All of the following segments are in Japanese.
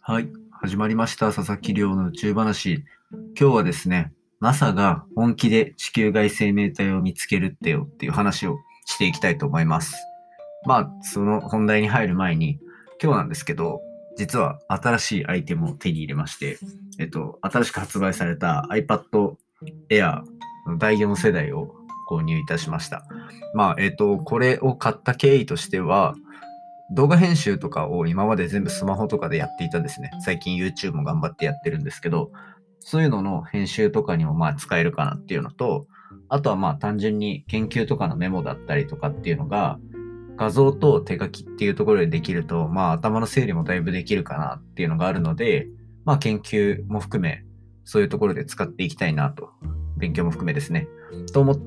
はい、始まりました。佐々木亮の宇宙話。今日はですね、NASA が本気で地球外生命体を見つけるってよっていう話をしていきたいと思います。その本題に入る前に、今日なんですけど、実は新しいアイテムを手に入れまして、新しく発売された iPad Air の第4世代を購入いたしました。これを買った経緯としては、動画編集とかを今まで全部スマホとかでやっていたんですね。最近 YouTube も頑張ってやってるんですけど、そういうのの編集とかにも使えるかなっていうのと、あとは単純に研究とかのメモだったりとかっていうのが、画像と手書きっていうところでできると、頭の整理もだいぶできるかなっていうのがあるので、研究も含め、そういうところで使っていきたいなと、勉強も含めですね、と思って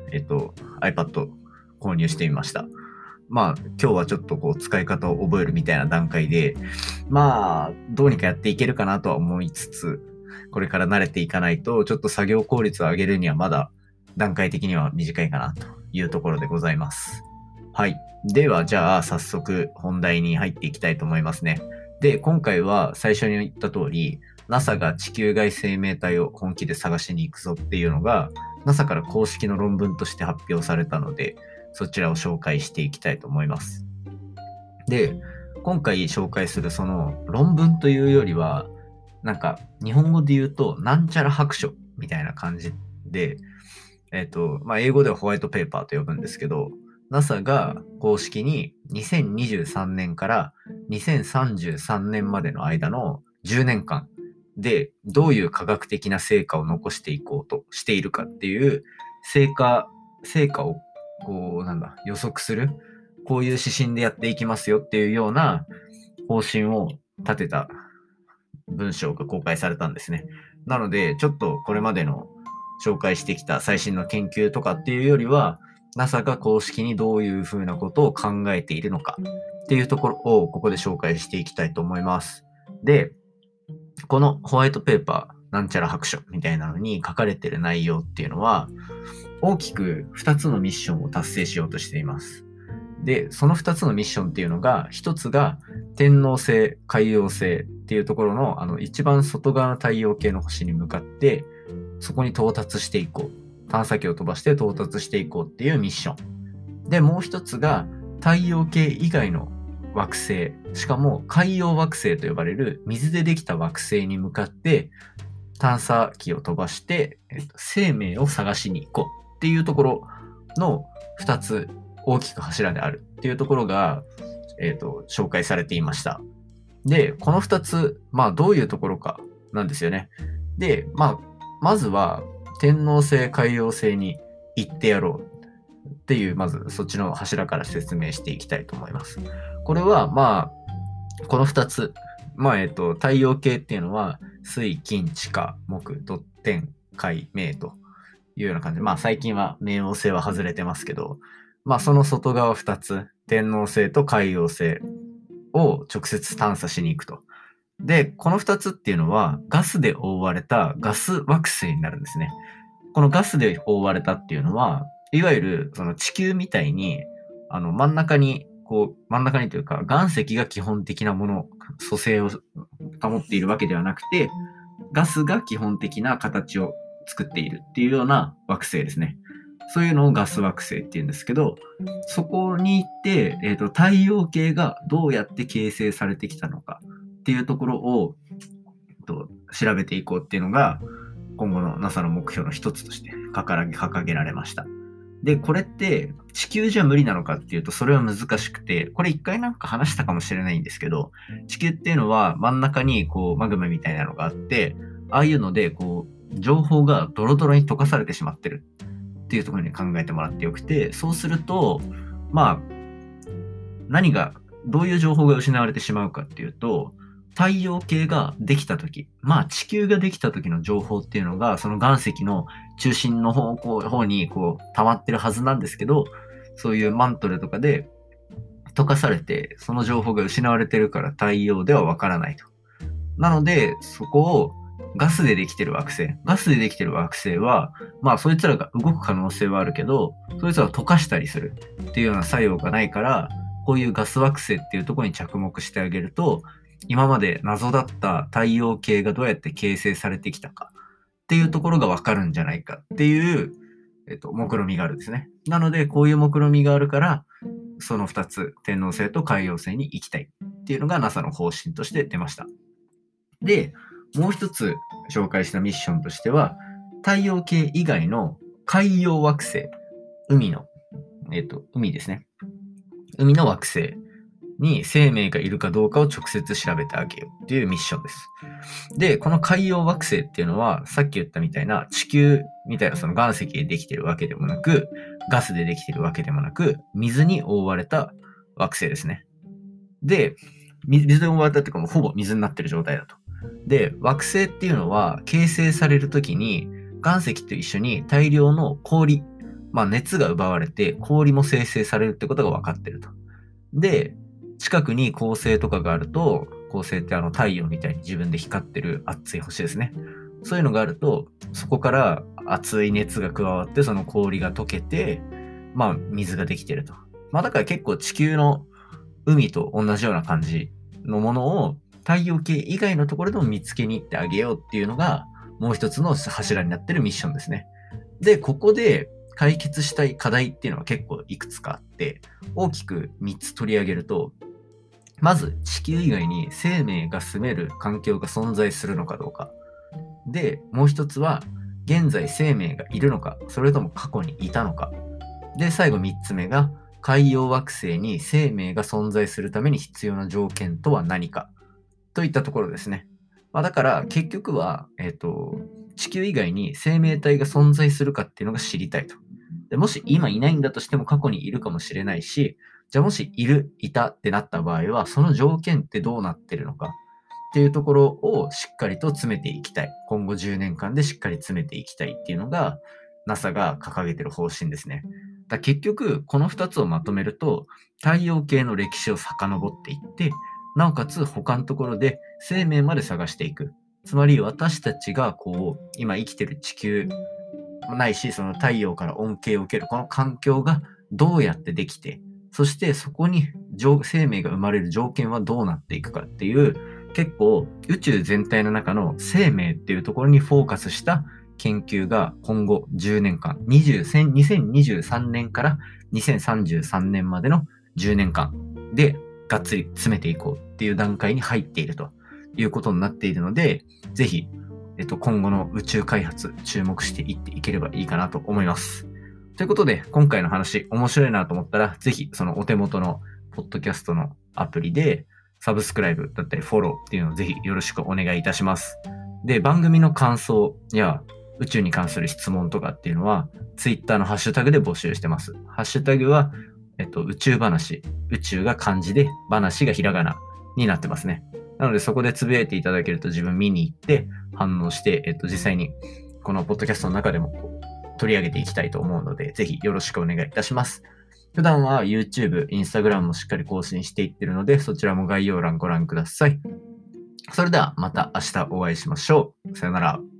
、iPad 購入してみました。今日はちょっと使い方を覚えるみたいな段階で、どうにかやっていけるかなとは思いつつ、これから慣れていかないと、ちょっと作業効率を上げるにはまだ段階的には短いかなというところでございます。はい。では、じゃあ早速本題に入っていきたいと思いますね。で、今回は最初に言った通り、NASA が地球外生命体を本気で探しに行くぞっていうのが、NASA から公式の論文として発表されたので、そちらを紹介していきたいと思います。で、今回紹介するその論文というよりは、日本語で言うとなんちゃら白書みたいな感じで、英語ではホワイトペーパーと呼ぶんですけど、NASA が公式に2023年から2033年までの間の10年間でどういう科学的な成果を残していこうとしているかっていう成果を予測する、こういう指針でやっていきますよっていうような方針を立てた文章が公開されたんですね。なので、ちょっとこれまでの紹介してきた最新の研究とかっていうよりは、NASA が公式にどういうふうなことを考えているのかっていうところをここで紹介していきたいと思います。で、このホワイトペーパー、なんちゃら白書みたいなのに書かれている内容っていうのは、大きく2つのミッションを達成しようとしています。で、その2つのミッションっていうのが、1つが天王星、海王星っていうところの一番外側の太陽系の星に向かって、そこに到達していこう。探査機を飛ばして到達していこうっていうミッション。で、もう1つが太陽系以外の惑星、しかも海洋惑星と呼ばれる水でできた惑星に向かって探査機を飛ばして、生命を探しに行こうっていうところの2つ大きく柱であるっていうところが、紹介されていました。で、この2つ、どういうところかなんですよね。で、まずは天王星、海王星に行ってやろうっていう、まずそっちの柱から説明していきたいと思います。これは、この2つ、太陽系っていうのは、水、金、地下、木、土、天、海、冥というような感じ。最近は冥王星は外れてますけど、その外側2つ、天王星と海王星を直接探査しに行くと。で、この2つっていうのは、ガスで覆われたガス惑星になるんですね。このガスで覆われたっていうのは、いわゆるその地球みたいに、真ん中にというか、岩石が基本的なもの、組成を保っているわけではなくて、ガスが基本的な形を作っているっていうような惑星ですね。そういうのをガス惑星っていうんですけど、そこに行って、太陽系がどうやって形成されてきたのかっていうところを、調べていこうっていうのが、今後の NASA の目標の一つとして掲げられました。で、これって地球じゃ無理なのかっていうと、それは難しくて、これ一回話したかもしれないんですけど、地球っていうのは真ん中にマグマみたいなのがあって、ああいうので情報がドロドロに溶かされてしまってるっていうところに考えてもらってよくて、そうすると、どういう情報が失われてしまうかっていうと、太陽系ができた時、地球ができた時の情報っていうのが、その岩石の中心の方に溜まってるはずなんですけど、そういうマントルとかで溶かされて、その情報が失われてるから太陽ではわからないと。なので、そこをガスでできてる惑星は、そいつらが動く可能性はあるけど、そいつらを溶かしたりするっていうような作用がないから、こういうガス惑星っていうところに着目してあげると、 今まで謎だった太陽系がどうやって形成されてきたかっていうところがわかるんじゃないかっていう、目論見があるんですね。なので、こういう目論見があるから、その2つ、天王星と海王星に行きたいっていうのが NASA の方針として出ました。で、もう一つ紹介したミッションとしては、太陽系以外の海洋惑星、海の、海ですね。海の惑星に生命がいるかどうかを直接調べてあげようっていうミッションです。で、この海洋惑星っていうのは、さっき言ったみたいな地球みたいなその岩石でできてるわけでもなく、ガスでできてるわけでもなく、水に覆われた惑星ですね。で、水に覆われたっていうかもうほぼ水になってる状態だと。で、惑星っていうのは形成されるときに岩石と一緒に大量の氷、熱が奪われて氷も生成されるってことが分かってると。で、近くに恒星とかがあると、恒星って太陽みたいに自分で光ってる熱い星ですね。そういうのがあると、そこから熱い熱が加わって、その氷が溶けて、水ができてると。だから結構地球の海と同じような感じのものを太陽系以外のところでも見つけに行ってあげようっていうのが、もう一つの柱になってるミッションですね。で、ここで解決したい課題っていうのは結構いくつかあって、大きく3つ取り上げると、まず地球以外に生命が住める環境が存在するのかどうか。で、もう一つは、現在生命がいるのか、それとも過去にいたのか。で、最後3つ目が、海洋惑星に生命が存在するために必要な条件とは何か。といったところですね。だから結局は、地球以外に生命体が存在するかっていうのが知りたいと。でもし今いないんだとしても過去にいるかもしれないし、じゃあもしいたってなった場合は、その条件ってどうなってるのかっていうところをしっかりと詰めていきたい。今後10年間でしっかり詰めていきたいっていうのが NASA が掲げてる方針ですね。結局、この2つをまとめると、太陽系の歴史を遡っていって、なおかつ他のところで生命まで探していく。つまり私たちが今生きてる地球ないし、その太陽から恩恵を受けるこの環境がどうやってできて、そしてそこに生命が生まれる条件はどうなっていくかっていう、結構宇宙全体の中の生命っていうところにフォーカスした研究が今後10年間、2023年から2033年までの10年間でがっつり詰めていこうっていう段階に入っているということになっているので、ぜひ、今後の宇宙開発注目していっていければいいかなと思います。ということで、今回の話面白いなと思ったら、ぜひそのお手元のポッドキャストのアプリでサブスクライブだったりフォローっていうのをぜひよろしくお願いいたします。で、番組の感想や宇宙に関する質問とかっていうのは、Twitter のハッシュタグで募集してます。ハッシュタグは、宇宙話。宇宙が漢字で、話がひらがなになってますね。なのでそこでつぶやいていただけると自分見に行って反応して、実際にこのポッドキャストの中でも取り上げていきたいと思うので、ぜひよろしくお願いいたします。普段は YouTube、Instagram もしっかり更新していってるので、そちらも概要欄ご覧ください。それではまた明日お会いしましょう。さよなら。